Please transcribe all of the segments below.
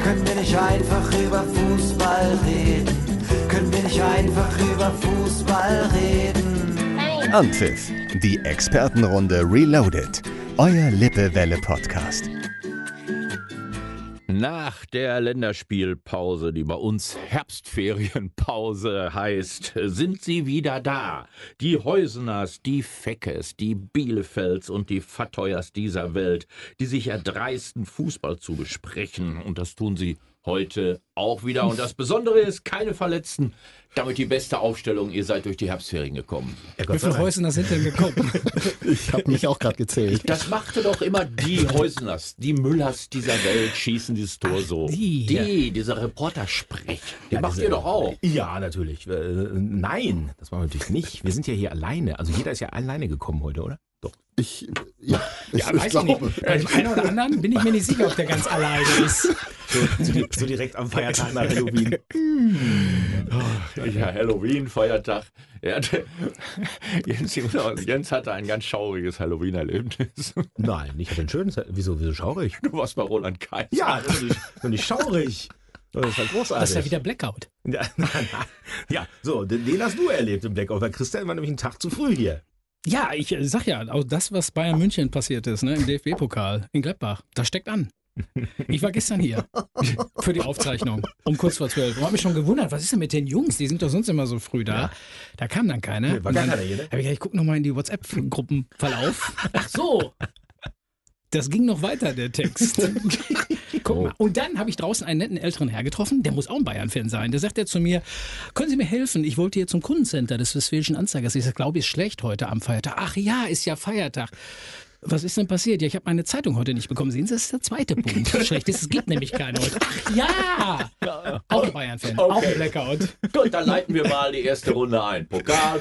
Können wir nicht einfach über Fußball reden? Können wir nicht einfach über Fußball reden? Anpfiff, die Expertenrunde Reloaded, euer Lippewelle-Podcast. Nach der Länderspielpause, die bei uns Herbstferienpause heißt, sind sie wieder da. Die Heuseners, die Feckes, die Bielefelds und die Fatteuers dieser Welt, die sich erdreisten, Fußball zu besprechen. Und das tun sie heute auch wieder. Und das Besondere ist, keine Verletzten. Damit die beste Aufstellung. Ihr seid durch die Herbstferien gekommen. Wie viele Heuseners sind denn gekommen? Ich habe mich auch gerade gezählt. Das machte doch immer die Heuseners, die Müllers dieser Welt schießen dieses Tor so. Dieser Reportersprech. Den macht ihr doch auch. Ja, natürlich. Nein, das machen wir natürlich nicht. Wir sind ja hier alleine. Also jeder ist ja alleine gekommen heute, oder? Doch. Ich Weiß ich nicht. Bei dem einen oder anderen bin ich mir nicht sicher, ob der ganz alleine ist. So direkt am Feiertag nach Halloween. Ja, Halloween, Feiertag. Jens hatte ein ganz schauriges Halloween-Erlebnis. Nein, ich hatte ein schönes. Wieso schaurig? Du warst bei Roland Kaiser. Ja, das ist nicht schaurig. Das ist halt großartig. Das ist ja wieder Blackout. Ja, so, den hast du erlebt im Blackout. Weil Christian war nämlich einen Tag zu früh hier. Ja, ich sag ja, auch das, was Bayern München passiert ist, ne, im DFB-Pokal in Gladbach, das steckt an. Ich war gestern hier für die Aufzeichnung um kurz vor 12 und habe mich schon gewundert, was ist denn mit den Jungs? Die sind doch sonst immer so früh da. Ja. Da kam dann keiner. War gar keiner hier, ne? Ich gucke nochmal in die WhatsApp-Gruppenverlauf. Ach so. Das ging noch weiter, der Text. Guck mal. Und dann habe ich draußen einen netten älteren Herr getroffen, der muss auch ein Bayern-Fan sein. Der sagt zu mir, können Sie mir helfen? Ich wollte hier zum Kundencenter des Westfälischen Anzeigers. Ich sage, glaube ich, ist schlecht heute am Feiertag. Ach ja, ist ja Feiertag. Was ist denn passiert? Ja, ich habe meine Zeitung heute nicht bekommen. Sehen Sie, das ist der zweite Punkt. Schlecht ist, es gibt nämlich keine heute. Ach ja! Auch ein Bayern-Fan, auch ein Blackout. Gut, dann leiten wir mal die erste Runde ein. Pokal.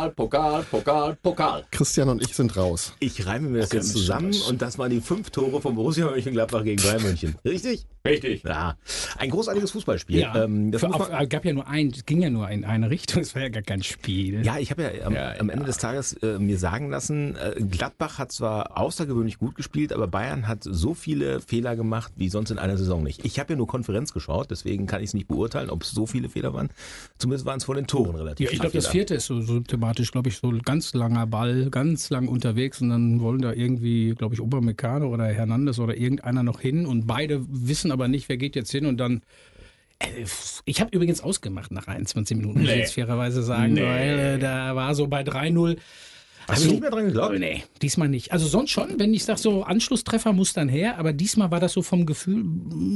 Christian und ich sind raus. Ich reime mir das jetzt zusammen und das waren die 5 Tore von Borussia Mönchengladbach gegen Bayern München. Richtig? Richtig. Ja. Ein großartiges Fußballspiel. Ja, gab ja nur es ging ja nur in eine Richtung, es war ja gar kein Spiel. Ja, ich habe ja am Ende des Tages mir sagen lassen, Gladbach hat zwar außergewöhnlich gut gespielt, aber Bayern hat so viele Fehler gemacht wie sonst in einer Saison nicht. Ich habe ja nur Konferenz geschaut, deswegen kann ich es nicht beurteilen, ob es so viele Fehler waren. Zumindest waren es vor den Toren relativ viele. Ich glaube, das vierte ist so thematisch, glaube ich, so ein ganz langer Ball, ganz lang unterwegs und dann wollen da irgendwie, glaube ich, Upamecano oder Hernandez oder irgendeiner noch hin und beide wissen aber nicht, wer geht jetzt hin und dann ich habe übrigens ausgemacht nach 21 Minuten, muss ich jetzt fairerweise sagen, weil da war so bei 3-0. Hast du nicht mehr dran geglaubt? Nee, diesmal nicht. Also sonst schon, wenn ich sage, so Anschlusstreffer muss dann her, aber diesmal war das so vom Gefühl,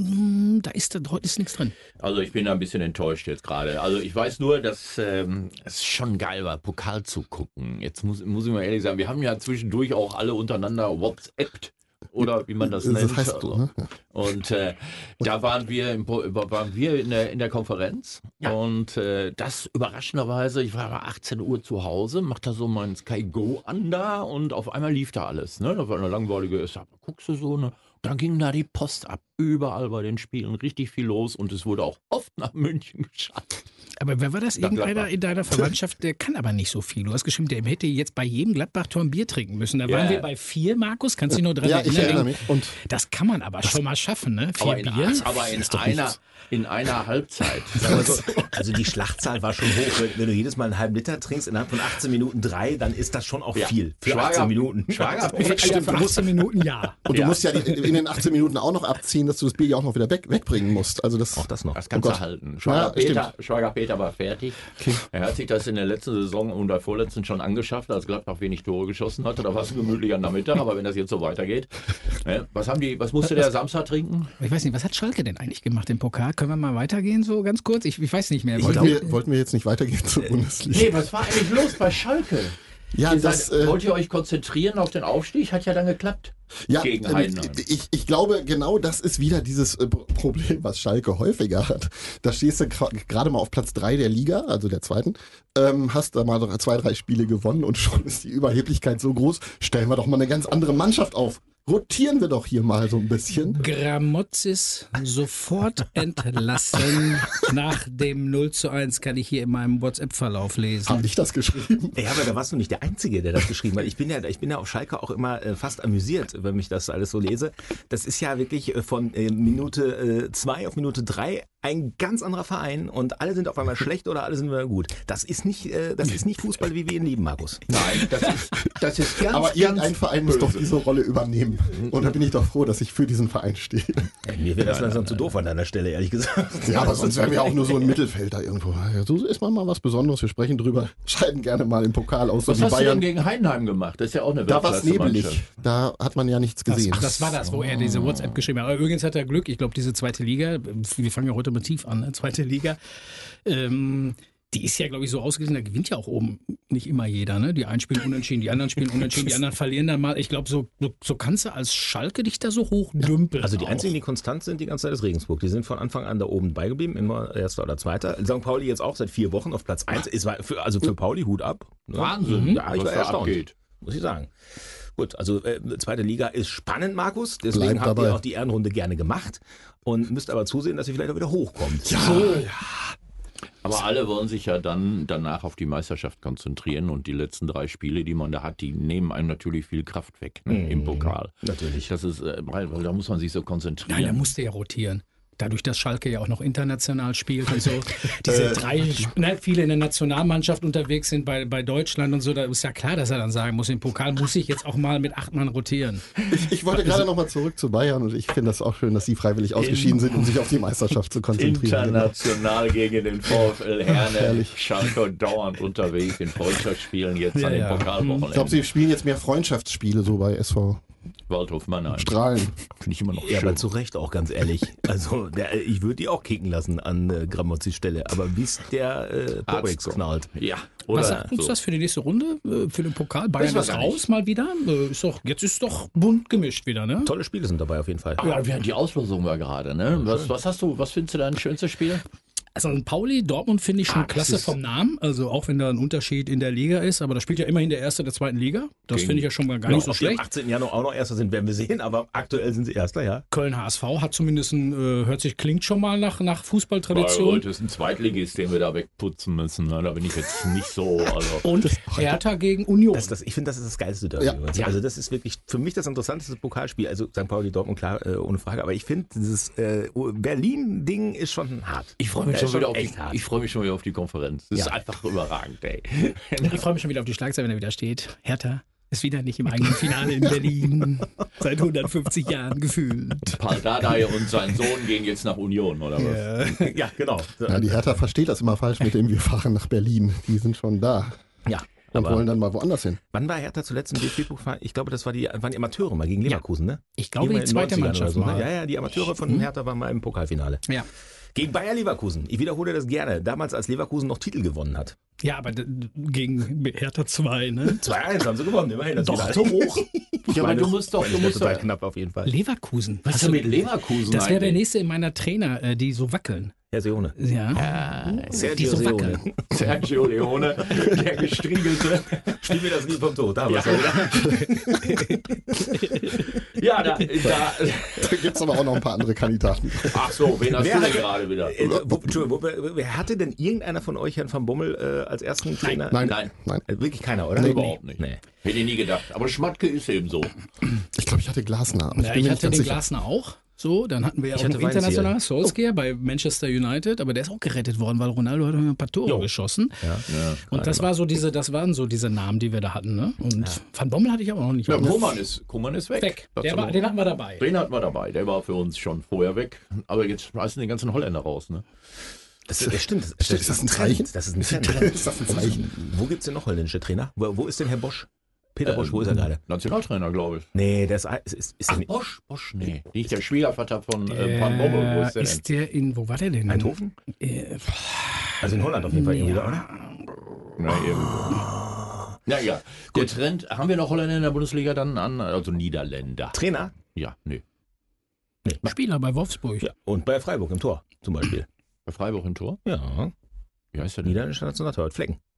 heute ist nichts drin. Also ich bin da ein bisschen enttäuscht jetzt gerade. Also ich weiß nur, dass es schon geil war, Pokal zu gucken. Jetzt muss ich mal ehrlich sagen, wir haben ja zwischendurch auch alle untereinander WhatsAppt. Oder wie man das nennt. Das heißt so, ne? Und da waren wir in der Konferenz. Ja. Und das überraschenderweise, ich war 18 Uhr zu Hause, mach da so mein Sky Go an da und auf einmal lief da alles. Ne? Das war eine langweilige, guckst du so, ne? Dann ging da die Post ab. Überall bei den Spielen richtig viel los und es wurde auch oft nach München geschafft. Aber wer war das? Irgendeiner in deiner Verwandtschaft, der kann aber nicht so viel. Du hast geschrieben, der hätte jetzt bei jedem Gladbach-Tor ein Bier trinken müssen. Da waren wir bei 4, Markus. Kannst du dich noch dran erinnern? Ja, ich erinnere mich. Und das kann man aber schon mal schaffen, ne? 4 Bier. Aber in einer Halbzeit. Also die Schlachtzahl war schon hoch. Wenn du jedes Mal einen halben Liter trinkst, innerhalb von 18 Minuten 3, dann ist das schon auch viel. Für 18 Minuten. Für 18 Minuten, ja. Und du musst ja in den 18 Minuten auch noch abziehen, dass du das Bier ja auch noch wieder wegbringen musst. Also auch das noch. Das kannst du halten. Schwager Peter war fertig. Okay. Er hat sich das in der letzten Saison und der vorletzten schon angeschafft, als Gladbach wenig Tore geschossen hatte. Da war es ein gemütlicher Nachmittag, aber wenn das jetzt so weitergeht. Was musste der Samstag trinken? Ich weiß nicht, was hat Schalke denn eigentlich gemacht im Pokal? Können wir mal weitergehen, so ganz kurz? Ich weiß nicht mehr. Wollten wir jetzt nicht weitergehen zur Bundesliga? Nee, was war eigentlich los bei Schalke? Ja, wollt ihr euch konzentrieren auf den Aufstieg? Hat ja dann geklappt. Ja, gegen Heidenheim. Ich glaube, genau das ist wieder dieses Problem, was Schalke häufiger hat. Da stehst du gerade mal auf Platz 3 der Liga, also der zweiten, hast da mal 2, 3 Spiele gewonnen und schon ist die Überheblichkeit so groß, stellen wir doch mal eine ganz andere Mannschaft auf. rotieren wir doch hier mal so ein bisschen. Gramozis sofort entlassen. Nach dem 0:1 kann ich hier in meinem WhatsApp-Verlauf lesen. Habe ich das geschrieben? Ja, aber da warst du nicht der Einzige, der das geschrieben hat. Ich bin ja auf Schalke auch immer fast amüsiert, wenn ich das alles so lese. Das ist ja wirklich von Minute 2 auf Minute 3 ein ganz anderer Verein und alle sind auf einmal schlecht oder alle sind wieder gut. Das ist nicht Fußball, wie wir ihn lieben, Markus. Nein, das ist ganz, Aber irgendein ganz Verein muss doch diese Rolle übernehmen. Und da bin ich doch froh, dass ich für diesen Verein stehe. Mir wäre das langsam zu doof an deiner Stelle, ehrlich gesagt. Ja, aber sonst wären wir auch nur so ein Mittelfelder irgendwo. Ja, so ist man mal was Besonderes. Wir sprechen drüber. Scheiden gerne mal im Pokal aus. Was so wie hast du denn Bayern. gegen Heidenheim gemacht? Das ist ja auch eine Da war es Weltklasse-Mannschaft. nebelig. Da hat man ja nichts gesehen. Das war das, wo er diese WhatsApp geschrieben hat. Aber übrigens hat er Glück. Ich glaube, diese zweite Liga, wir fangen ja heute mal tief an, ne? Zweite Liga, die ist ja, glaube ich, so ausgewiesen, da gewinnt ja auch oben nicht immer jeder. Ne? Die einen spielen unentschieden, die anderen spielen unentschieden, die anderen verlieren dann mal. Ich glaube, so kannst du als Schalke dich da so hoch dümpeln. Also die auch. einzigen, die konstant sind, die ganze Zeit ist Regensburg. Die sind von Anfang an da oben beigeblieben, immer Erster oder Zweiter. St. Pauli jetzt auch seit 4 Wochen auf Platz 1. Also für Pauli Hut ab. Ne? Wahnsinn, Ja, ich was war da erstaunt, abgeht. muss ich sagen. Gut, also zweite Liga ist spannend, Markus. Deswegen Bleibt habt ihr dabei. auch die Ehrenrunde gerne gemacht und müsst aber zusehen, dass ihr vielleicht auch wieder hochkommt. Aber alle wollen sich ja dann danach auf die Meisterschaft konzentrieren und die letzten 3 Spiele, die man da hat, die nehmen einem natürlich viel Kraft weg, ne, im Pokal. Natürlich. Das ist, weil da muss man sich so konzentrieren. Nein, er musste ja rotieren. Dadurch, dass Schalke ja auch noch international spielt und so. Diese viele in der Nationalmannschaft unterwegs sind bei Deutschland und so, da ist ja klar, dass er dann sagen muss, im Pokal muss ich jetzt auch mal mit 8 Mann rotieren. Ich wollte gerade noch mal zurück zu Bayern und ich finde das auch schön, dass sie freiwillig ausgeschieden sind, um sich auf die Meisterschaft zu konzentrieren. International gegen den VfL Herne. herrlich. Schalke dauernd unterwegs in Freundschaftsspielen jetzt an den ja. Ich glaube, Pokalwochenenden. sie spielen jetzt mehr Freundschaftsspiele so bei SV Waldhof Mannheim. Strahlen. Finde ich immer noch Ja, schön. aber zu Recht auch, ganz ehrlich. Also ich würde die auch kicken lassen an Gramozis Stelle. Aber bis der Porix knallt. Ja, Was oder sagt uns so. das für die nächste Runde? Für den Pokal? Bayern Wissen wir ist gar raus nicht. mal wieder. Jetzt ist doch bunt gemischt wieder, ne? Tolle Spiele sind dabei auf jeden Fall. Ja, die Auslosung war gerade, ne? Was findest du dein schönstes Spiel? Also ein Pauli, Dortmund finde ich schon das klasse ist- vom Namen. Also auch wenn da ein Unterschied in der Liga ist. Aber da spielt ja immerhin der Erste der zweiten Liga. Das finde ich ja schon mal gar nicht so Ob die am schlecht. 18. Januar auch noch Erster sind, werden wir sehen. Aber aktuell sind sie Erster, ja. Köln HSV hat zumindest klingt schon mal nach Weil Fußballtradition. heute ist ein Zweitligist, den wir da wegputzen müssen. Ne? Da bin ich jetzt nicht so. Also. Und Hertha gegen Union. Ich finde, das ist das geilste Derby. Ja. übrigens. Also das ist wirklich für mich das interessanteste Pokalspiel. Also St. Pauli, Dortmund, klar, ohne Frage. Aber ich finde, dieses Berlin-Ding ist schon hart. Ich freue mich, Das schon ist wieder auf echt hart. ich freue mich schon wieder auf die Konferenz. Das ist Ja. einfach überragend, ey. Ich freue mich schon wieder auf die Schlagzeile, wenn er wieder steht. Hertha ist wieder nicht im eigenen Finale in Berlin. Seit 150 Jahren gefühlt. Paul Dardai und sein Sohn gehen jetzt nach Union, oder was? Ja, genau. Ja, die Hertha versteht das immer falsch mit dem, wir fahren nach Berlin. Die sind schon da Ja. und Aber wollen dann mal woanders hin. wann war Hertha zuletzt im DFB-Pokal? Ich glaube, das waren die Amateure mal gegen Leverkusen, ne? Ich glaube, die Irgendwann in zweite den 90ern Mannschaft oder so, ne? mal. Ja, die Amateure von Hertha waren mal im Pokalfinale. Ja. Gegen Bayer Leverkusen. Ich wiederhole das gerne. Damals, als Leverkusen noch Titel gewonnen hat. Ja, aber gegen Hertha 2, ne? 2-1 haben sie gewonnen, immerhin. Das Doch, Finale. so hoch. Ja, aber du musst doch, total knapp auf jeden Fall. Leverkusen. Was ist denn mit Leverkusen Das wäre der eigentlich? nächste in meiner Trainer, die so wackeln. Herr Seone. Ja. Die Sergio so Seone. wackeln. Sergio Leone, der gestriegelte. Spiel mir das Lied vom Tod. Da haben wir Ja, da. Da gibt es aber auch noch ein paar andere Kandidaten. Ach so, wen hast Wer du denn hat- gerade wieder? Wer hatte denn irgendeiner von euch Herrn van Bommel als ersten Trainer? Nein, Nein. nein. Wirklich keiner, oder? Nee, Überhaupt nicht. Nee. Hätte ich nie gedacht. Aber Schmatke ist eben so. Ich glaube, ich hatte Glasner. aber Ja, bin ich mir hatte nicht den ganz sicher. Glasner auch. So, dann hatten wir ja Ich auch noch hatte Weinziel. international Solskjaer bei Manchester United, aber der ist auch gerettet worden, weil Ronaldo hat ein paar Tore geschossen. Ja. Und das waren so diese Namen, die wir da hatten. Ne? Und Van Bommel hatte ich aber noch nicht. Ja, mehr. Kuman ist weg. Weg. Das Den hatten wir dabei. Den hatten wir dabei. Der war für uns schon vorher weg. Aber jetzt schmeißen die ganzen Holländer raus, ne? Das stimmt. Ist das ein Zeichen? Das ist ein Trend. Ist das ein Zeichen? Wo gibt es denn noch holländische Trainer? Wo ist denn Herr Bosch? Peter Bosch, wo ist er gerade? Nationaltrainer, glaube ich. Nee, der ist Ach, Bosch, nee. Nicht der Schwiegervater von Van Bommel. Wo ist der Ist der wo war der denn? Eindhoven? Äh, Also in Holland auf jeden Fall irgendwie, oder? denn? Na, irgendwo. Na ja, der Trend, haben wir noch Holländer in der Bundesliga dann an, also Niederländer? Trainer? Ja, nee. Spieler bei Wolfsburg. Ja. Und bei Freiburg im Tor zum Beispiel. Bei Freiburg im Tor? Ja. Wie heißt der denn? Niederländischer Nationaltorwart. Flecken.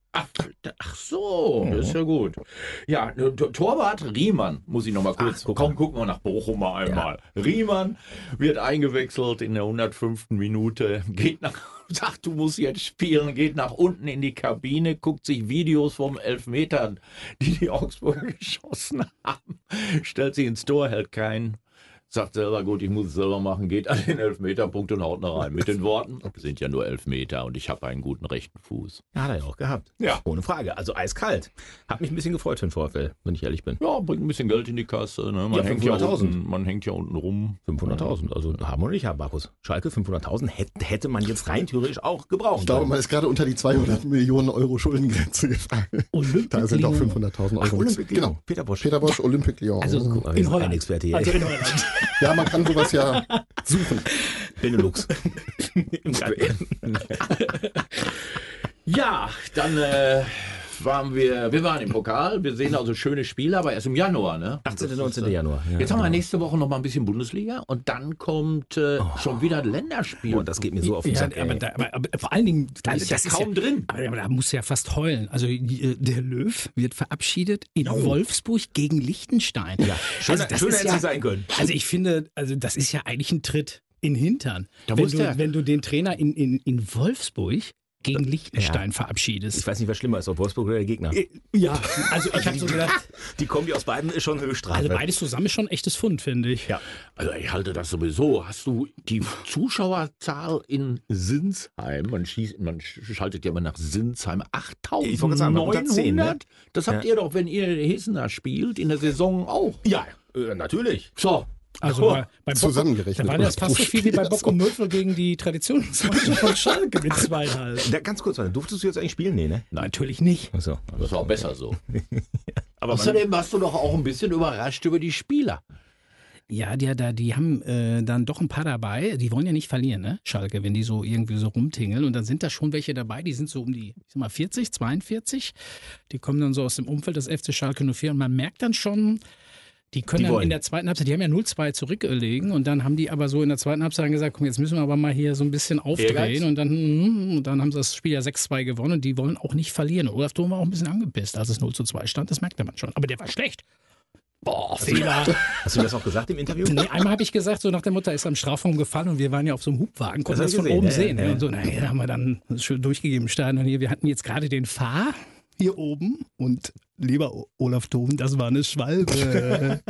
Ach so, das ist ja gut. Ja, Torwart Riemann, muss ich noch mal kurz. Komm, gucken wir nach Bochum mal einmal. Ja. Riemann wird eingewechselt in der 105. Minute, sagt, du musst jetzt spielen, geht nach unten in die Kabine, guckt sich Videos vom Elfmetern, die Augsburger geschossen haben, stellt sich ins Tor, hält keinen. Sagt selber, gut, ich muss es selber machen, geht an den Elfmeterpunkt und haut noch rein. Mit den Worten, es sind ja nur Elfmeter und ich habe einen guten rechten Fuß. Ja, hat er ja auch gehabt. Ja. Ohne Frage. Also eiskalt. Hat mich ein bisschen gefreut für den VfL, wenn ich ehrlich bin. Ja, bringt ein bisschen Geld in die Kasse. Ne? Ja, 500.000. Man hängt ja unten rum. 500.000. Also haben wir nicht, Herr Markus. Schalke 500.000 hätte man jetzt rein theoretisch auch gebraucht. Ich glaube, man ist gerade unter die 200 Millionen Euro Schuldengrenze gefallen. Da sind auch 500.000 Euro. Olympic genau. Peter Bosch, Olympic Lyon. Also in Holland. Ein Experte hier. Also in Holland. Ja, man kann sowas ja suchen. Benelux. Ja, dann waren wir waren im Pokal. Wir sehen also schöne Spiele, aber erst im Januar, ne? 18. 19. Januar. Ja, jetzt haben wir nächste Woche noch mal ein bisschen Bundesliga und dann kommt schon wieder ein Länderspiel. Und das geht mir so auf den Sack. Aber vor allen Dingen, da ist ja kaum drin. Aber da muss ja fast heulen. Also der Löw wird verabschiedet in Wolfsburg gegen Liechtenstein. Ja, schöner hätte es sein können. Also ich finde, das ist ja eigentlich ein Tritt in den Hintern. Da wenn du den Trainer in Wolfsburg gegen Liechtenstein verabschiedest. Ich weiß nicht, was schlimmer ist, ob Wolfsburg oder der Gegner. Ja, also ich habe so gedacht, die Kombi aus beiden ist schon Höchststrafe. Also beides zusammen ist schon ein echtes Fund, finde ich. Ja, also ich halte das sowieso. Hast du die Zuschauerzahl in Sinsheim? Man schaltet ja immer nach Sinsheim. 8.900. Ne? Das habt ihr doch, wenn ihr Hessener spielt, in der Saison auch. Ja, natürlich. So. Also bei zusammengerechnet. Da waren das fast so viel wie bei Bock und Möpfel gegen die Traditionsmannschaft von Schalke mit 2,5. Ganz kurz, durftest du jetzt eigentlich spielen? Nee, ne? Nein, natürlich nicht. Ach so. Das war auch besser so. Aber außerdem warst du doch auch ein bisschen überrascht über die Spieler. Ja, die haben dann doch ein paar dabei. Die wollen ja nicht verlieren, ne? Schalke, wenn die so irgendwie so rumtingeln. Und dann sind da schon welche dabei, die sind so um die 40, 42. Die kommen dann so aus dem Umfeld des FC Schalke 04. Und man merkt dann schon, die können dann in der zweiten Halbzeit, die haben ja 0-2 zurückgelegen und dann haben die aber so in der zweiten Halbzeit gesagt, komm, jetzt müssen wir aber mal hier so ein bisschen aufdrehen und dann haben sie das Spiel ja 6-2 gewonnen und die wollen auch nicht verlieren. Olaf Thon war auch ein bisschen angepisst, als es 0-2 stand, das merkte man schon. Aber der war schlecht. Boah, Fehler. Hast du das auch gesagt im Interview? Nee, einmal habe ich gesagt, so nach der Mutter ist am Strafraum gefallen und wir waren ja auf so einem Hubwagen, konnten das von oben sehen. Ja. Und so, haben wir dann schön durchgegeben, Stadion hier, wir hatten jetzt gerade den Fahr hier oben und lieber Olaf Thon, das war eine Schwalbe.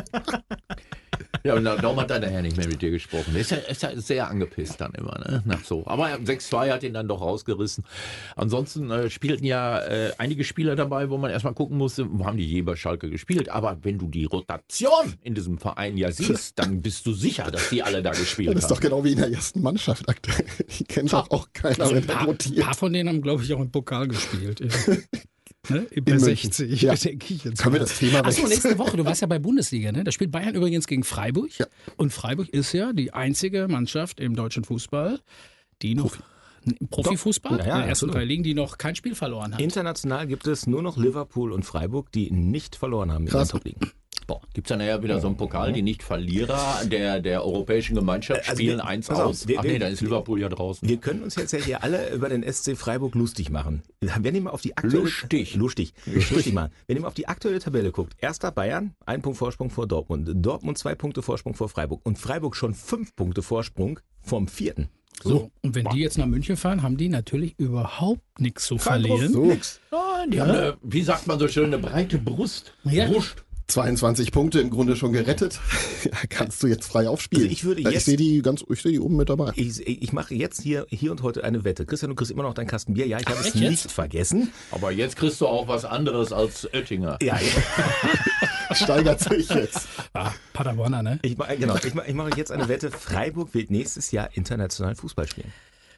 Ja, und darum hat er nachher nicht mehr mit dir gesprochen. Er ist ja sehr angepisst dann immer, ne? Nach so. Aber 6-2 hat ihn dann doch rausgerissen. Ansonsten spielten ja einige Spieler dabei, wo man erstmal gucken musste, wo haben die je bei Schalke gespielt. Aber wenn du die Rotation in diesem Verein ja siehst, dann bist du sicher, dass die alle da gespielt haben. Das ist doch genau wie in der ersten Mannschaft aktuell. Die kennt doch auch keiner, also wenn der rotiert. Ein paar von denen haben, glaube ich, auch im Pokal gespielt. Ne? Bei 60, ja. Denke ich jetzt. Können wir das Thema Achso, nächste Woche, du warst ja bei Bundesliga, ne? Da spielt Bayern übrigens gegen Freiburg. Ja. Und Freiburg ist ja die einzige Mannschaft im deutschen Fußball, die noch Profifußball, in den ersten 3 Ligen, die noch kein Spiel verloren hat. International gibt es nur noch Liverpool und Freiburg, die nicht verloren haben in den Top-Ligen. Gibt es dann ja wieder so einen Pokal, die Nicht-Verlierer der Europäischen Gemeinschaft spielen 1 aus. Ach nee, dann ist Liverpool ja draußen. Wir können uns jetzt ja hier alle über den SC Freiburg lustig machen. Wenn ihr mal auf die aktuelle lustig machen. Wenn ihr mal auf die aktuelle Tabelle guckt, erster Bayern, 1 Punkt Vorsprung vor Dortmund, Dortmund 2 Punkte Vorsprung vor Freiburg und Freiburg schon 5 Punkte Vorsprung vom 4. So, und wenn die jetzt nach München fahren, haben die natürlich überhaupt nichts zu verlieren. Nein, die haben wie sagt man so schön, eine breite Brust. Ja. Brust. 22 Punkte im Grunde schon gerettet. Kannst du jetzt frei aufspielen. Also ich sehe die oben mit dabei. Ich mache jetzt hier und heute eine Wette. Christian, du kriegst immer noch deinen Kasten Bier. Ja, ich habe es nicht vergessen. Aber jetzt kriegst du auch was anderes als Oettinger. Ja. Steigert sich jetzt. Paderborner, ne? Ich mache jetzt eine Wette. Freiburg wird nächstes Jahr international Fußball spielen.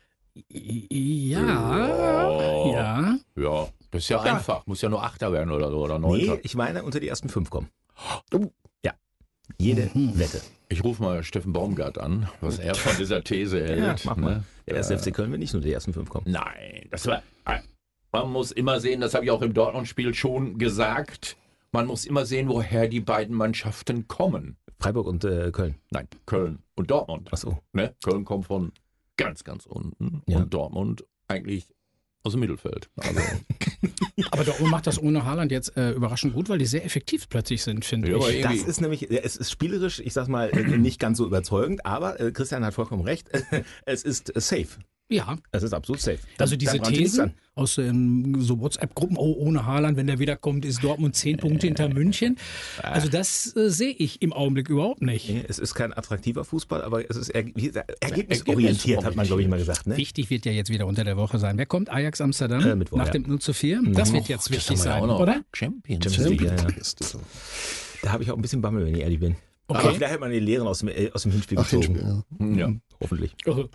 Ja. Ja, das ist ja einfach. Muss ja nur 8. werden oder so oder 9. Nee, ich meine, unter die ersten 5 kommen. Ja, jede Wette. Ich rufe mal Steffen Baumgart an, was er von dieser These hält. Ja, mach mal. Der erste FC Köln wird nicht nur die ersten 5 kommen. Nein, man muss immer sehen, das habe ich auch im Dortmund-Spiel schon gesagt, man muss immer sehen, woher die beiden Mannschaften kommen. Freiburg und Köln? Nein, Köln und Dortmund. Ach so. Ne? Köln kommt von ganz, ganz unten und Dortmund eigentlich aus dem Mittelfeld. Also, Aber Dortmund macht das ohne Haaland jetzt überraschend gut, weil die sehr effektiv plötzlich sind, finde Ja, aber ich. irgendwie- Das ist nämlich, es ist spielerisch, ich sag's mal, nicht ganz so überzeugend, aber Christian hat vollkommen recht, es ist safe. Ja, Es ist absolut safe. also diese Da braucht ihr nichts Thesen an. aus so WhatsApp-Gruppen, ohne Haaland, wenn der wiederkommt, ist Dortmund 10 Punkte hinter München. Also das sehe ich im Augenblick überhaupt nicht. Nee, es ist kein attraktiver Fußball, aber es ist ergebnisorientiert, hat man, glaube ich, mal gesagt. Ne? Wichtig wird ja jetzt wieder unter der Woche sein. Wer kommt? Ajax Amsterdam Mittwoch, nach ja. dem 0:4? Das wird jetzt wichtig haben wir ja sein, auch noch. oder? Champions Champions League. League, ja. Ist das so. Da habe ich auch ein bisschen Bammel, wenn ich ehrlich bin. Okay. Aber vielleicht hat man die Lehren aus dem Hinspiel Ach, gezogen. Hinspiel, ja. Ja. Hoffentlich.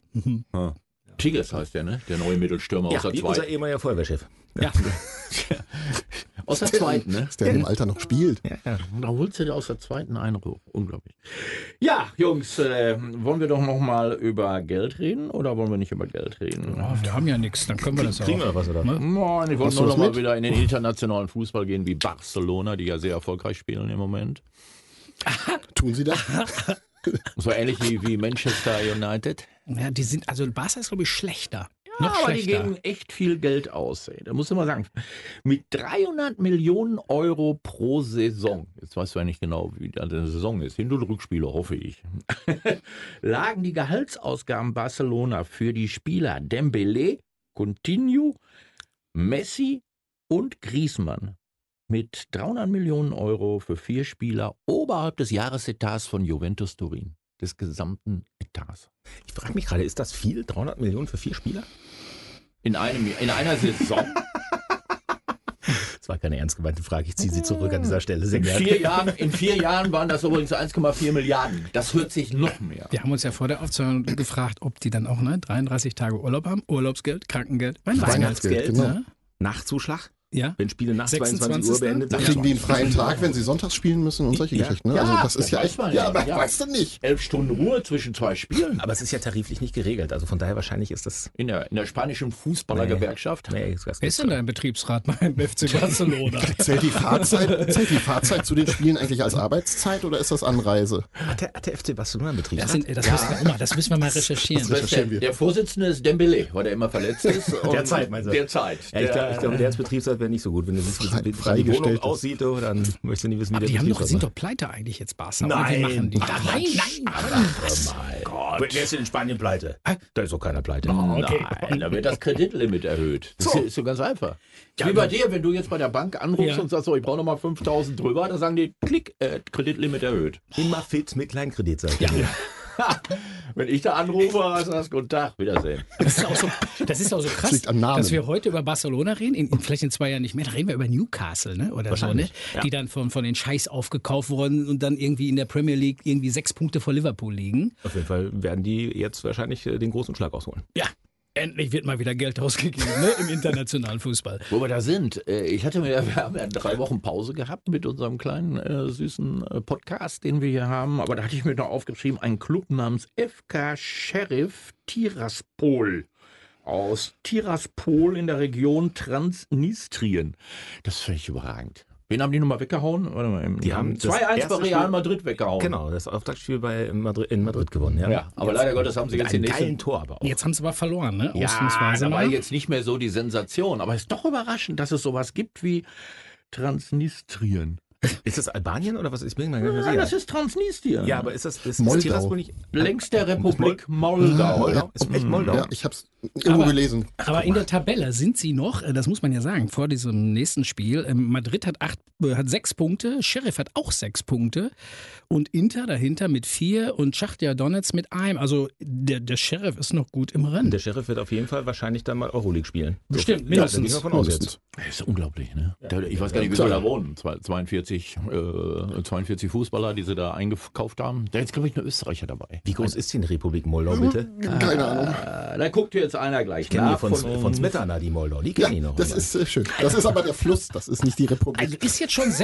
Tigges heißt der, ne? Der neue Mittelstürmer aus der wie unser zweiten. ehemaliger Feuerwehrchef. Ja. Aus der zweiten, ne? Dass der im Alter noch spielt. Ja. Da holst du dir aus der zweiten einen hoch. Unglaublich. Ja, Jungs, wollen wir doch noch mal über Geld reden oder wollen wir nicht über Geld reden? Oh, wir haben ja nichts, dann können wir das Kriegen wir auch. noch was, oder? Ne? Nein, ich wollte Hast du nur was noch mal mit? wieder in den internationalen Fußball gehen wie Barcelona, die ja sehr erfolgreich spielen im Moment. Tun sie das? So ähnlich wie Manchester United. Ja, die sind, also Barca ist, glaube ich, schlechter. Ja, Noch aber die schlechter. geben echt viel Geld aus. Ey. Da musst du mal sagen, mit 300 Millionen Euro pro Saison, jetzt weißt du ja nicht genau, wie da eine Saison ist, Hin- und Rückspiele, hoffe ich, lagen die Gehaltsausgaben Barcelona für die Spieler Dembélé, Coutinho, Messi und Griezmann mit 300 Millionen Euro für 4 Spieler oberhalb des Jahresetats von Juventus Turin, des gesamten Etats. Ich frage mich gerade, ist das viel? 300 Millionen für 4 Spieler? In einer Saison? Das war keine ernst gemeinte Frage. Ich ziehe sie zurück an dieser Stelle. Sehr In gerne. 4 Jahren waren das übrigens 1,4 Milliarden. Das hört sich noch mehr. Wir haben uns ja vor der Aufzeichnung gefragt, ob die dann auch 33 Tage Urlaub haben. Urlaubsgeld, Krankengeld, Weihnachtsgeld, genau. Ja. Nachzuschlag? Ja. Wenn Spiele nach 22 Uhr 26. beendet Da sind. kriegen die einen freien Tag, wenn sie sonntags spielen müssen und solche Ja. Geschichten. Ne? Ja, Also das ist ja weiß echt. man Ja, ja. aber Ja. weißt du nicht. 11 Stunden Ruhe zwischen 2 Spielen. Aber es ist ja tariflich nicht geregelt. Also von daher wahrscheinlich ist das... In der spanischen Fußballergewerkschaft. Nee, das Wer ist denn da im Betriebsrat beim FC Barcelona? Zählt die Fahrzeit zu den Spielen eigentlich als Arbeitszeit oder ist das Anreise? Hat der FC Barcelona einen Betrieb? Das müssen wir mal recherchieren. Der Vorsitzende ist Dembélé, weil der immer verletzt ist. Derzeit, meinst du? Derzeit. Ja, ich glaube, der als Betriebsrat wäre nicht so gut. Wenn du siehst, wie die freigestellt Wohnung ist. aussieht, oh, dann möchtest du nicht wissen, wie Aber der die haben doch, Betriebsrat sind war. doch pleite eigentlich jetzt Barca. Nein. Oder wie machen die? Ach, Nein. Gott. Wer ist denn in Spanien pleite? Da ist doch keiner pleite. Okay. Nein, da wird das Kreditlimit erhöht. Das ist so ganz einfach. Wie bei dir, wenn du jetzt bei der Bank anrufst Ja. und sagst, so, ich brauche nochmal 5.000 drüber, dann sagen die, klick, Kreditlimit erhöht. Immer fit mit Kleinkredit, sag ich Ja. dir. Wenn ich da anrufe, sagst du, guten Tag, Wiedersehen. Das ist auch so krass, liegt am Namen. dass wir heute über Barcelona reden, vielleicht in 2 Jahren nicht mehr, da reden wir über Newcastle, ne? Oder so, ne? Wahrscheinlich, ja. Die dann von den Scheiß aufgekauft wurden und dann irgendwie in der Premier League irgendwie 6 Punkte vor Liverpool liegen. Auf jeden Fall werden die jetzt wahrscheinlich den großen Schlag ausholen. Ja, endlich wird mal wieder Geld ausgegeben, ne? Im internationalen Fußball. Wo wir da sind, wir haben ja 3 Wochen Pause gehabt mit unserem kleinen süßen Podcast, den wir hier haben. Aber da hatte ich mir noch aufgeschrieben, einen Club namens FK Sheriff Tiraspol. Aus Tiraspol in der Region Transnistrien. Das finde ich überragend. Wen haben die nochmal weggehauen? Warte mal, Die haben das 2-1 bei erste Real Spiel- Madrid weggehauen. Genau, das Auftaktspiel in Madrid gewonnen. Ja, aber leider Gottes haben sie jetzt einen den nächsten- geilen Tor aber auch. Jetzt haben sie aber verloren, ne? Ja, Ausnahmsweise da war mal. jetzt nicht mehr so die Sensation. Aber es ist doch überraschend, dass es sowas gibt wie Transnistrien. Ist das Albanien oder was? Ich bin mir gar nicht mehr Ja, das sicher. ist Transnistrien. Ja, aber ist Moldau. Tiraspol nicht... Längs der Republik Moldau. Moldau? Ist echt Moldau? Ja, ich habe es irgendwo Aber- gelesen. Aber in der Tabelle sind sie noch, das muss man ja sagen, vor diesem nächsten Spiel. Madrid hat 6 Punkte, Sheriff hat auch 6 Punkte und Inter dahinter mit 4 und Schachtja Donetsk mit 1. Also der Sheriff ist noch gut im Rennen. Der Sheriff wird auf jeden Fall wahrscheinlich dann mal Euroleague spielen. Bestimmt, Ja, da gehe ich mindestens. mal von aus jetzt. Das ist unglaublich, ne? Ich weiß gar nicht, wie viele da wohnen. 42 Fußballer, die sie da eingekauft haben. Da ist, glaube ich, ein Österreicher dabei. Wie groß ist denn die Republik Moldau, bitte? Keine Ahnung. Da guckt jetzt einer gleich Ich kenne nach. die von Smetana, die Moldau. Die Ja, kenne ich noch. das ist schön. Das ist aber der Fluss, das ist nicht die Republik. Also ist jetzt schon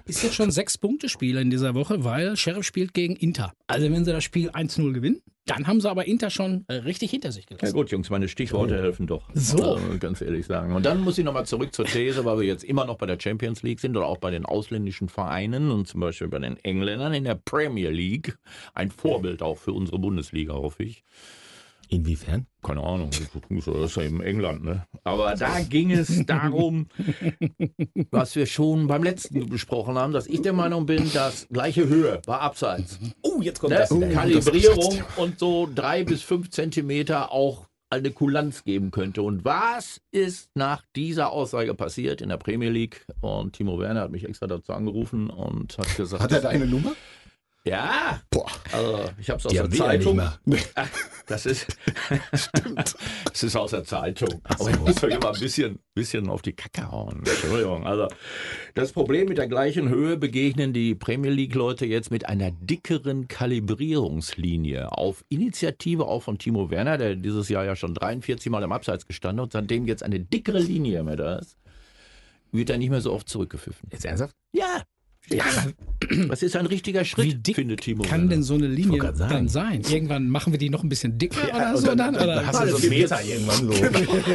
6 Punkte Spiel in dieser Woche, weil Sheriff spielt gegen Inter. Also wenn sie das Spiel 1-0 gewinnen, dann haben sie aber Inter schon richtig hinter sich Ja gelassen. gut, Jungs, meine Stichworte helfen doch. So. Ganz ehrlich sagen. Und dann muss ich nochmal zurück zur These, weil wir jetzt immer noch bei der Champions League sind oder auch bei den ausländischen Vereinen und zum Beispiel bei den Engländern in der Premier League. Ein Vorbild auch für unsere Bundesliga, hoffe ich. Inwiefern? Keine Ahnung, das ist ja eben England, ne? Aber da ging es darum, was wir schon beim letzten besprochen haben, dass ich der Meinung bin, dass gleiche Höhe war abseits. Oh, jetzt kommt Ne? das. Kalibrierung und so 3 bis 5 Zentimeter auch eine Kulanz geben könnte. Und was ist nach dieser Aussage passiert in der Premier League? Und Timo Werner hat mich extra dazu angerufen und hat gesagt... Hat er deine Nummer? Ja, Boah. also ich habe es aus Die der haben wir ja nicht Zeitung. mehr. Das ist, stimmt. Das ist aus der Zeitung. Aber ich muss doch immer ein bisschen auf die Kacke hauen. Entschuldigung. Also das Problem mit der gleichen Höhe begegnen die Premier League-Leute jetzt mit einer dickeren Kalibrierungslinie. Auf Initiative auch von Timo Werner, der dieses Jahr ja schon 43 Mal im Abseits gestanden hat, seitdem jetzt eine dickere Linie mehr da ist, wird er nicht mehr so oft zurückgepfiffen. Jetzt ernsthaft? Ja. Ja, das ist ein richtiger Schritt, Wie dick findet Timo kann Werner. denn so eine Linie grad sagen. dann sein? Irgendwann machen wir die noch ein bisschen dicker oder so dann? Oder? Hast du so einen Meter irgendwann so.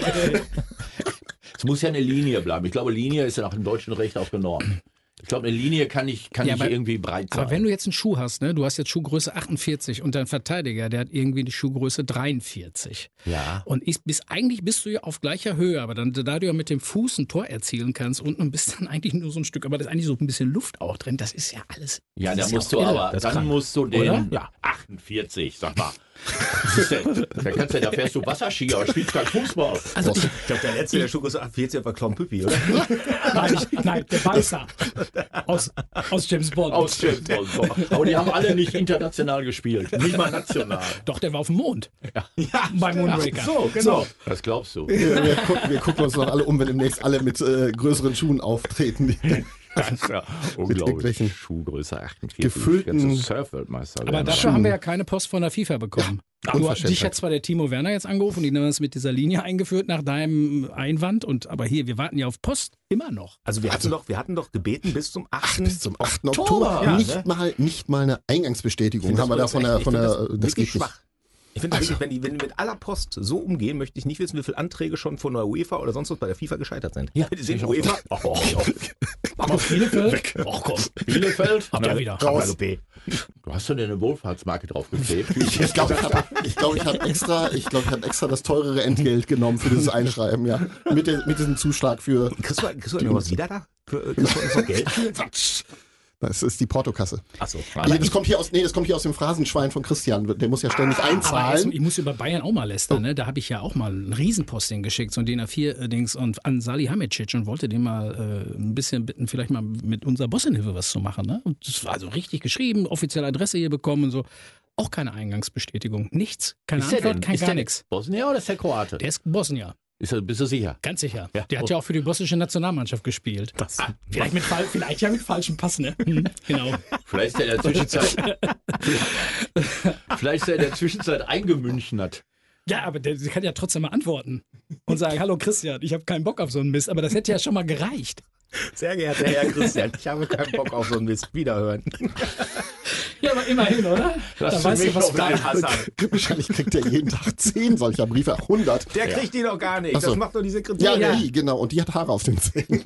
Es muss ja eine Linie bleiben. Ich glaube, Linie ist ja nach dem deutschen Recht auch genormt. Ich glaube, eine Linie kann nicht aber- irgendwie breit sein. Aber wenn du jetzt einen Schuh hast, ne, du hast jetzt Schuhgröße 48 und dein Verteidiger, der hat irgendwie die Schuhgröße 43. ja. Und eigentlich bist du ja auf gleicher Höhe, aber dann, da du ja mit dem Fuß ein Tor erzielen kannst und bist dann eigentlich nur so ein Stück, aber da ist eigentlich so ein bisschen Luft auch drin. Das ist ja alles. Ja, das da ist musst auch du irre. aber, Das dann kann. musst du den, Oder? ja, 48, sag mal. Was ist denn? Da fährst du Wasserski, aber spielst kein Fußball. Also Ich glaube, der letzte, der Schuhgröße 48 war Clown Püppi, oder? nein, der Beißer aus James Bond. Aus James Bond. Aber die haben alle nicht international gespielt, nicht mal national. Doch, der war auf dem Mond. Ja, Bei Moonraker. So, genau. Was glaubst du? Wir gucken uns noch alle um, wenn demnächst alle mit größeren Schuhen auftreten. Das ist ja unglaublich. irgendwelchen Schuhgröße 48. gefüllten- Ganze Surfweltmeister. Aber werden. dafür haben wir ja keine Post von der FIFA bekommen. Unverschämtheit. Dich hat zwar der Timo Werner jetzt angerufen, die haben das mit dieser Linie eingeführt nach deinem Einwand, aber hier, wir warten ja auf Post immer noch. Also wir hatten doch gebeten bis zum 8. Bis zum 8. Oktober. Ja, nicht mal eine Eingangsbestätigung Ich haben wir da von der, das wirklich geht nicht. schwach. Ich finde wirklich, wenn die mit aller Post so umgehen, möchte ich nicht wissen, wie viele Anträge schon von der UEFA oder sonst was bei der FIFA gescheitert sind. Ja, die sehen UEFA. Auf Bielefeld? Och komm. Bielefeld? Habt ihr wieder. Raus. Du hast doch eine Wohlfahrtsmarke draufgeklebt. Ich glaube, ich hab extra das teurere Entgelt genommen für dieses Einschreiben, ja. Mit diesem Zuschlag für. Kriegst du noch was wieder da? Kriegst du uns noch Geld für? Das ist die Portokasse. Achso. Das kommt hier aus dem Phrasenschwein von Christian. Der muss ja ständig Aber einzahlen. ich muss über Bayern auch mal lästern, ne? Da habe ich ja auch mal ein Riesenposting geschickt, so ein DIN A4-Dings und an Salihamidzic und wollte den mal ein bisschen bitten, vielleicht mal mit unserer Bossenhilfe was zu machen. Ne? Und das war also richtig geschrieben, offizielle Adresse hier bekommen und so. Auch keine Eingangsbestätigung. Nichts. Keine Antwort, kein gar nichts. Bosnier oder ist der Kroate? Der ist Bosnier, Bist du sicher? ganz sicher. Ja. Der hat ja auch für die bosnische Nationalmannschaft gespielt. Vielleicht ja mit falschem Pass, ne? Genau. Vielleicht ist er in der Zwischenzeit eingemünchert. Ja, aber der kann ja trotzdem mal antworten und sagen, hallo Christian, ich habe keinen Bock auf so einen Mist. Aber das hätte ja schon mal gereicht. Sehr geehrter Herr Christian, ich habe keinen Bock auf so ein Mist. Wiederhören. Ja, aber immerhin, oder? Lass Da weißt mich du, was doch deinen Hass an. Wahrscheinlich kriegt er jeden Tag 10 solcher Briefe, 100. Der kriegt die doch gar nicht. Ach so. Das macht doch die Ja, Sekretärin. die, genau. Und die hat Haare auf den Zähnen.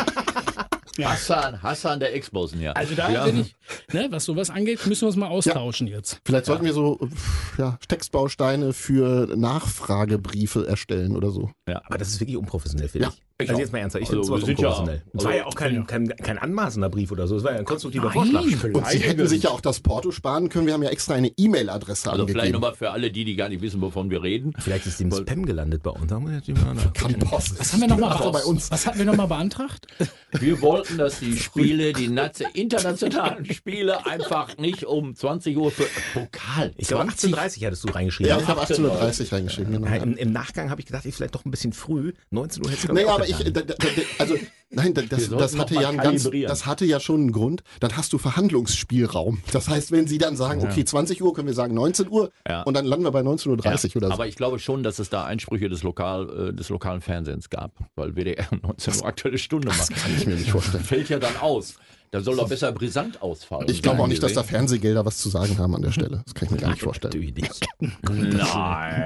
Hassan, der Ex-Bosnier. Also da bin ich, ne, was sowas angeht, müssen wir uns mal austauschen jetzt. Vielleicht sollten wir so Textbausteine für Nachfragebriefe erstellen oder so. Aber das ist wirklich unprofessionell, finde Ja, ich. ich Also auch. jetzt mal ernsthaft, ich Also, finde es wir sind ja- unprofessionell. Es war ja auch kein anmaßender Brief oder so, es war ja ein konstruktiver Nein. Vorschlag. Und Sie hätten sich ja auch das Porto sparen können. Wir haben ja extra eine E-Mail-Adresse Also vielleicht angegeben. nochmal für alle die gar nicht wissen, wovon wir reden. Vielleicht ist die im Spam gelandet bei uns. Haben wir jetzt nicht mehr nach. Kann Post. Was haben wir nochmal Ach, bei uns. Was hatten wir nochmal beantragt? Wir wollten, dass die Spiele, die internationalen Spiele einfach nicht um 20 Uhr für Pokal. Ich glaube 18:30 hattest du reingeschrieben. Ja, ich habe 18:30 Uhr reingeschrieben. Genau. Nein, Im Nachgang habe ich gedacht, ich vielleicht doch ein bisschen früh. 19 Uhr hätte ich Naja, auch aber ich, getan. das sollten hatte noch ja mal einen ganz, kalibrieren. das hatte ja schon einen Grund. Dann hast du Verhandlungsspielraum. Das heißt, wenn Sie dann sagen, okay, 20 Uhr, können wir sagen 19 Uhr Ja. und dann landen wir bei 19:30 Uhr oder so. Aber ich glaube schon, dass es da Einsprüche des lokalen Fernsehens gab, weil WDR 19 Uhr Aktuelle Stunde macht. Das kann ich mir nicht vorstellen. Fällt ja dann aus. Da soll doch besser brisant ausfallen. Ich glaube auch nicht, dass da Fernsehgelder was zu sagen haben an der Stelle. Das kann ich mir gar nicht vorstellen. Natürlich nicht. Nein.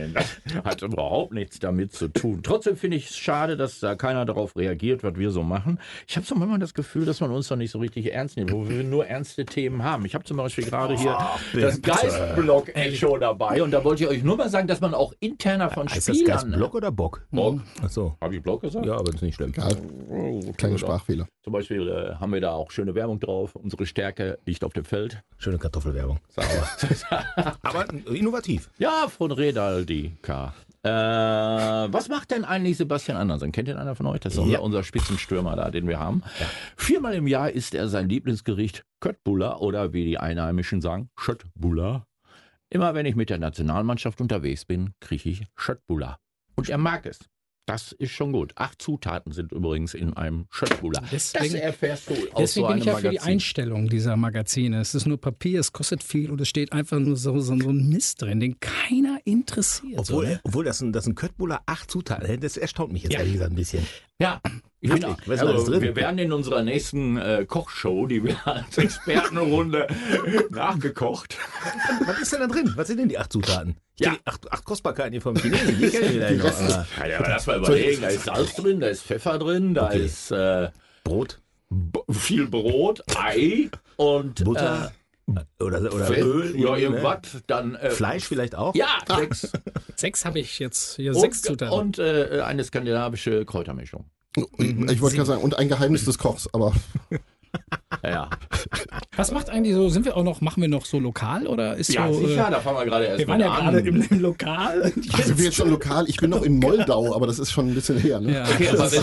Nein, das hat überhaupt nichts damit zu tun. Trotzdem finde ich es schade, dass da keiner darauf reagiert, was wir so machen. Ich habe so manchmal das Gefühl, dass man uns doch nicht so richtig ernst nimmt, wo wir nur ernste Themen haben. Ich habe zum Beispiel gerade hier das Geistblock-Echo dabei und da wollte ich euch nur mal sagen, dass man auch interner von Heißt das Spielern... Geistblock oder Bock? Bock. Achso. Habe ich Block gesagt? Ja, aber das ist nicht schlimm. Ja, kleine Sprachfehler. Zum Beispiel haben wir da auch schöne Werbung drauf. Unsere Stärke liegt auf dem Feld. Schöne Kartoffelwerbung. Aber innovativ. Ja, von Redaldika. Was macht denn eigentlich Sebastian Andersen? Kennt ihr einer von euch? Das ist unser Spitzenstürmer da, den wir haben. Ja. 4-mal im Jahr isst er sein Lieblingsgericht Köttbullar oder wie die Einheimischen sagen, Schöttbullar. Immer wenn ich mit der Nationalmannschaft unterwegs bin, kriege ich Schöttbullar. Und er mag es. Das ist schon gut. 8 Zutaten sind übrigens in einem Schöttbullar. Das erfährst du aus Deswegen so bin einem ich ja für die Magazin. Einstellung dieser Magazine. Es ist nur Papier, es kostet viel und es steht einfach nur so ein Mist drin, den keiner interessiert. Obwohl das ein Köttbullar 8 Zutaten hätte, das erstaunt mich jetzt ehrlich gesagt ein bisschen. Ja, ich bin auch, Was ist alles drin? wir werden in unserer nächsten Kochshow, die wir als Expertenrunde nachgekocht. Was ist denn da drin? Was sind denn die 8 Zutaten? Ich Ja. kenne die 8 Kostbarkeiten hier vom Chinesen. Die kenne ich wieder noch. Ja, aber lass mal überlegen, da ist Salz drin, da ist Pfeffer drin, da Okay. ist Brot, viel Brot, Ei und Butter oder Fett, Öl. ja, irgendwie, ne? irgendwas, dann Fleisch vielleicht auch? Ja, 6. 6 habe ich jetzt hier, 6 Zutaten. Und eine skandinavische Kräutermischung. Ich wollte gerade sagen, und ein Geheimnis des Kochs, aber Ja, Was macht eigentlich so, machen wir noch so lokal oder ist ja so... sicher, da fangen wir gerade erst wir mal waren ja an. gerade im Lokal. also wir jetzt schon lokal, ich bin noch in Moldau, aber das ist schon ein bisschen her. Ne? Ja, Okay, aber das ist,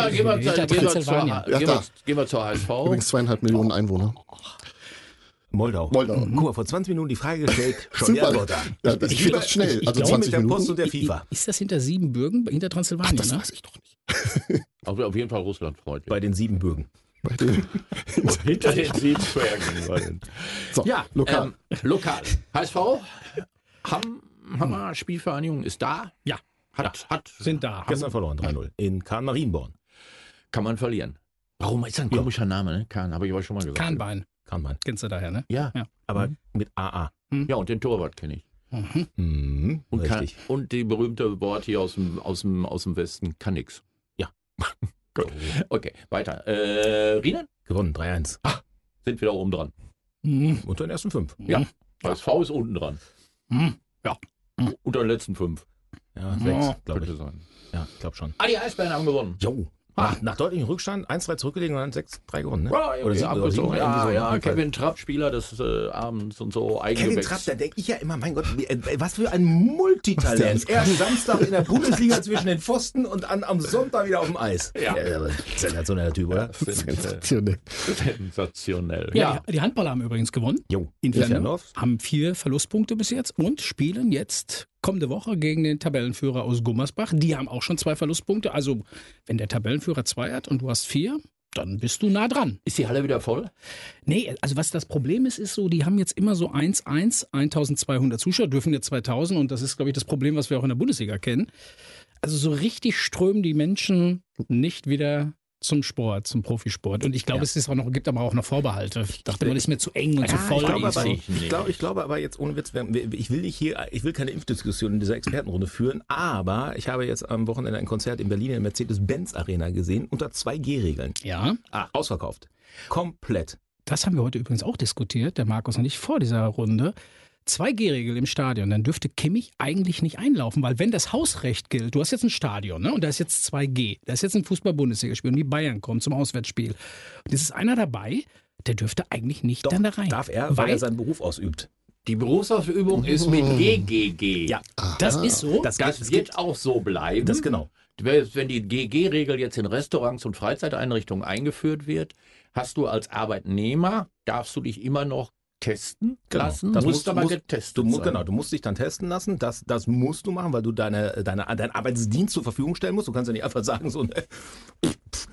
gehen wir zur HSV. Übrigens 2,5 Millionen Einwohner. Moldau. Moldau. Guck mal, vor 20 Minuten die Frage gestellt, schon die Super. Antwort da. Ja, das geht doch schnell. ich Also glaube, 20 mit der Minuten. Post und der FIFA. Ist das hinter Siebenbürgen, hinter Transsilvanien? Das Ne? weiß ich doch nicht. Auf jeden Fall Russland freundlich. Bei den Siebenbürgen. Bei den Hinter den Siebzwergen. so, Ja, lokal. Lokal. HSV, Hammer Spielvereinigung ist da. Ja. Hat Sind da. Gestern verloren, 3-0. In Kahn-Marienborn. kann man verlieren. Warum ist das ein komischer Name, ne? Kahn, habe ich aber schon mal gesagt. Kahnbein. Kahnbein. Kennst du daher, ne? Ja. Aber mit AA. Ja, und den Torwart kenne ich. Mhm. Und, Richtig. und die berühmte Wort hier aus dem Westen, kann nix. Ja. Gut. Okay, weiter. Rienen Gewonnen, 3-1. sind wieder oben dran. Mhm. Unter den ersten 5. Ja. HSV ist unten dran. Ja. Unter den letzten 5. Ja, 6, glaube ich. Könnte sein. Ja, ich glaube schon. Ah, die Eisbären haben gewonnen. Jo. Nach deutlichem Rückstand, 1-3 zurückgelegen und dann 6-3 gewonnen, ne? Ja, Oder 7 oder 7, abgezogen. irgendwie so. Ja, Auf jeden Fall. Kevin Trapp, Spieler des Abends und so. Kevin Eigengewächs. Trapp, da denke ich ja immer, mein Gott, was für ein Multitalent. Erst Samstag in der Bundesliga zwischen den Pfosten und am Sonntag wieder auf dem Eis. Ja. Sensationeller Typ, oder? Sensationell. Sensationell. Ja, die Handballer haben übrigens gewonnen. Jo. In Fernhof. haben 4 Verlustpunkte bis jetzt und spielen jetzt kommende Woche gegen den Tabellenführer aus Gummersbach. Die haben auch schon 2 Verlustpunkte. Also wenn der Tabellenführer 2 hat und du hast 4, dann bist du nah dran. Ist die Halle wieder voll? Nee, also was das Problem ist so, die haben jetzt immer so 1200 Zuschauer, dürfen jetzt 2000 und das ist, glaube ich, das Problem, was wir auch in der Bundesliga kennen. Also so richtig strömen die Menschen nicht wieder zum Sport, zum Profisport. Und ich glaube, es ist gibt aber auch noch Vorbehalte. Ich dachte, man ist mir zu eng und zu voll. Ich glaube aber jetzt ohne Witz, ich will keine Impfdiskussion in dieser Expertenrunde führen, aber ich habe jetzt am Wochenende ein Konzert in Berlin in der Mercedes-Benz Arena gesehen unter 2G-Regeln. Ja. Ausverkauft. Komplett. Das haben wir heute übrigens auch diskutiert, der Markus und ich, vor dieser Runde. 2G-Regel im Stadion, dann dürfte Kimmich eigentlich nicht einlaufen, weil wenn das Hausrecht gilt, du hast jetzt ein Stadion, ne, und da ist jetzt 2G, da ist jetzt ein Fußball-Bundesligaspiel und die Bayern kommen zum Auswärtsspiel. Und es ist einer dabei, der dürfte eigentlich nicht Doch, dann da rein. darf er, weil er seinen Beruf ausübt. Die Berufsausübung ist mit GGG. Ja, Das ist so. Das wird auch so bleiben. das genau. Wenn die GG-Regel jetzt in Restaurants und Freizeiteinrichtungen eingeführt wird, hast du als Arbeitnehmer, darfst du dich immer noch testen lassen, Das musst aber getestet sein. Genau, du musst dich dann testen lassen. Das musst du machen, weil du deinen Arbeitsdienst zur Verfügung stellen musst. Du kannst ja nicht einfach sagen, so,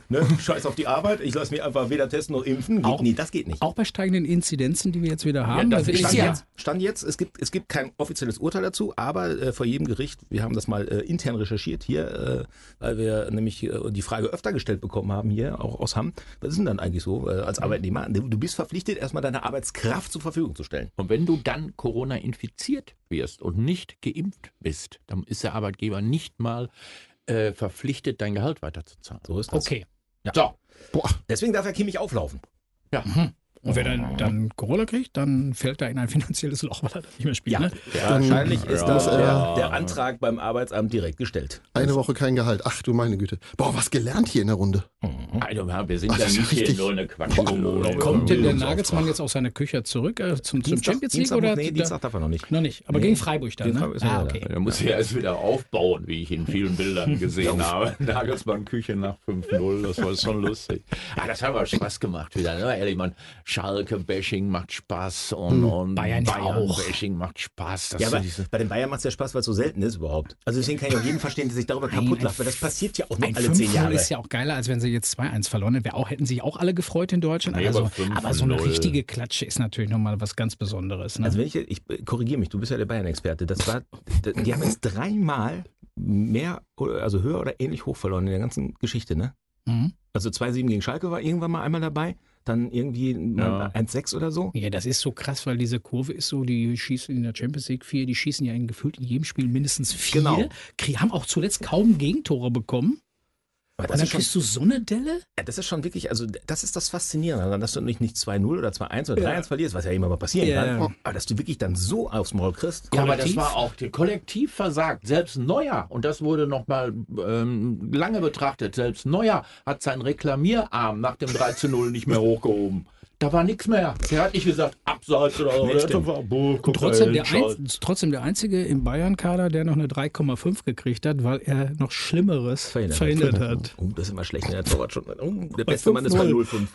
Ne? Scheiß auf die Arbeit, ich lasse mich einfach weder testen noch impfen. Das geht nicht. Auch bei steigenden Inzidenzen, die wir jetzt wieder haben. das ist Stand jetzt, es gibt kein offizielles Urteil dazu, aber vor jedem Gericht, wir haben das mal intern recherchiert hier, weil wir nämlich die Frage öfter gestellt bekommen haben hier, auch aus Hamm, was ist denn dann eigentlich so als Arbeitnehmer? Du bist verpflichtet, erstmal deine Arbeitskraft zur Verfügung zu stellen. Und wenn du dann Corona infiziert wirst und nicht geimpft bist, dann ist der Arbeitgeber nicht mal verpflichtet, dein Gehalt weiterzuzahlen. So ist das. Okay. Ja. So. Boah, Deswegen darf er Kimmich auflaufen. Ja. Und wer dann Corona kriegt, dann fällt er in ein finanzielles Loch, weil er dann nicht mehr spielt. Ne? Wahrscheinlich ist Ja. da der Antrag beim Arbeitsamt direkt gestellt. eine Woche kein Gehalt. Ach du meine Güte. Boah, was gelernt hier in der Runde. Also, wir sind ja das ist nicht hier richtig. nur eine Quatschkolone. Kommt denn der Nagelsmann jetzt aus seiner Küche zurück zum Champions League? Oder? Nee, Dienstag darf er noch nicht. Noch nicht, aber gegen Freiburg dann, Gegen ne? Freiburg ist er wieder okay. Er muss ja erst wieder aufbauen, wie ich in vielen Bildern gesehen habe. Nagelsmann Küche nach 5-0, das war schon lustig. Das hat aber Spaß gemacht wieder. Ne? Ehrlich, man, Schalke-Bashing macht Spaß und Bayern auch. Bayern-Bashing macht Spaß. Das Ja, so aber bei den Bayern macht es ja Spaß, weil es so selten ist überhaupt. Also deswegen kann ich auch jeden verstehen, der sich darüber kaputt lacht, weil das passiert ja auch nur Ein alle 10 5-0 Jahre. ist ja auch geiler, als wenn sie jetzt 2-1 verloren hätten. Hätten sich auch alle gefreut in Deutschland. Nee, Also, aber aber so eine 5-0. richtige Klatsche ist natürlich nochmal was ganz Besonderes. Ne? Also wenn ich korrigiere mich, du bist ja der Bayern-Experte. Die haben jetzt 3-mal mehr, also höher oder ähnlich hoch verloren in der ganzen Geschichte, ne? Mhm. Also 2-7 gegen Schalke war irgendwann mal einmal dabei, dann irgendwie mal 1-6 oder so. Ja, das ist so krass, weil diese Kurve ist so, die schießen in der Champions League 4, die schießen ja gefühlt in jedem Spiel mindestens 4. Genau. Haben auch zuletzt kaum Gegentore bekommen. Aber Und dann kriegst du so eine Delle? Ja, das ist schon wirklich, also das ist das Faszinierende, dass du nicht 2-0 oder 2-1 oder 3-1 verlierst, was ja immer mal passieren Ja. kann, aber dass du wirklich dann so aufs Maul kriegst. Ja, aber das Kollektiv? war auch kollektiv versagt. Selbst Neuer, und das wurde noch mal lange betrachtet, selbst Neuer hat seinen Reklamierarm nach dem 3-0 nicht mehr hochgehoben. Da war nichts mehr. Der hat nicht gesagt, abseits oder so. Nee, Der hat stimmt. einfach, guck Trotzdem da hin, trotzdem der Einzige im Bayern-Kader, der noch eine 3,5 gekriegt hat, weil er noch Schlimmeres verhindert hat. Oh, das ist immer schlecht in der Torwart schon. Oh, der beste Mann ist bei 0-5.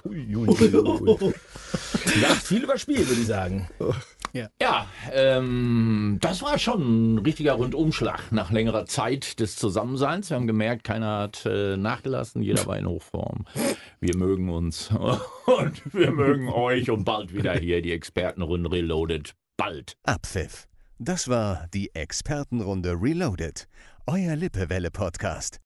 Ja, viel überspielt, würde ich sagen. Ja, das war schon ein richtiger Rundumschlag nach längerer Zeit des Zusammenseins. Wir haben gemerkt, keiner hat nachgelassen, jeder war in Hochform. Wir mögen uns und wir mögen euch und bald wieder hier die Expertenrunde Reloaded. Bald. Abpfiff. Das war die Expertenrunde Reloaded. Euer Lippewelle-Podcast.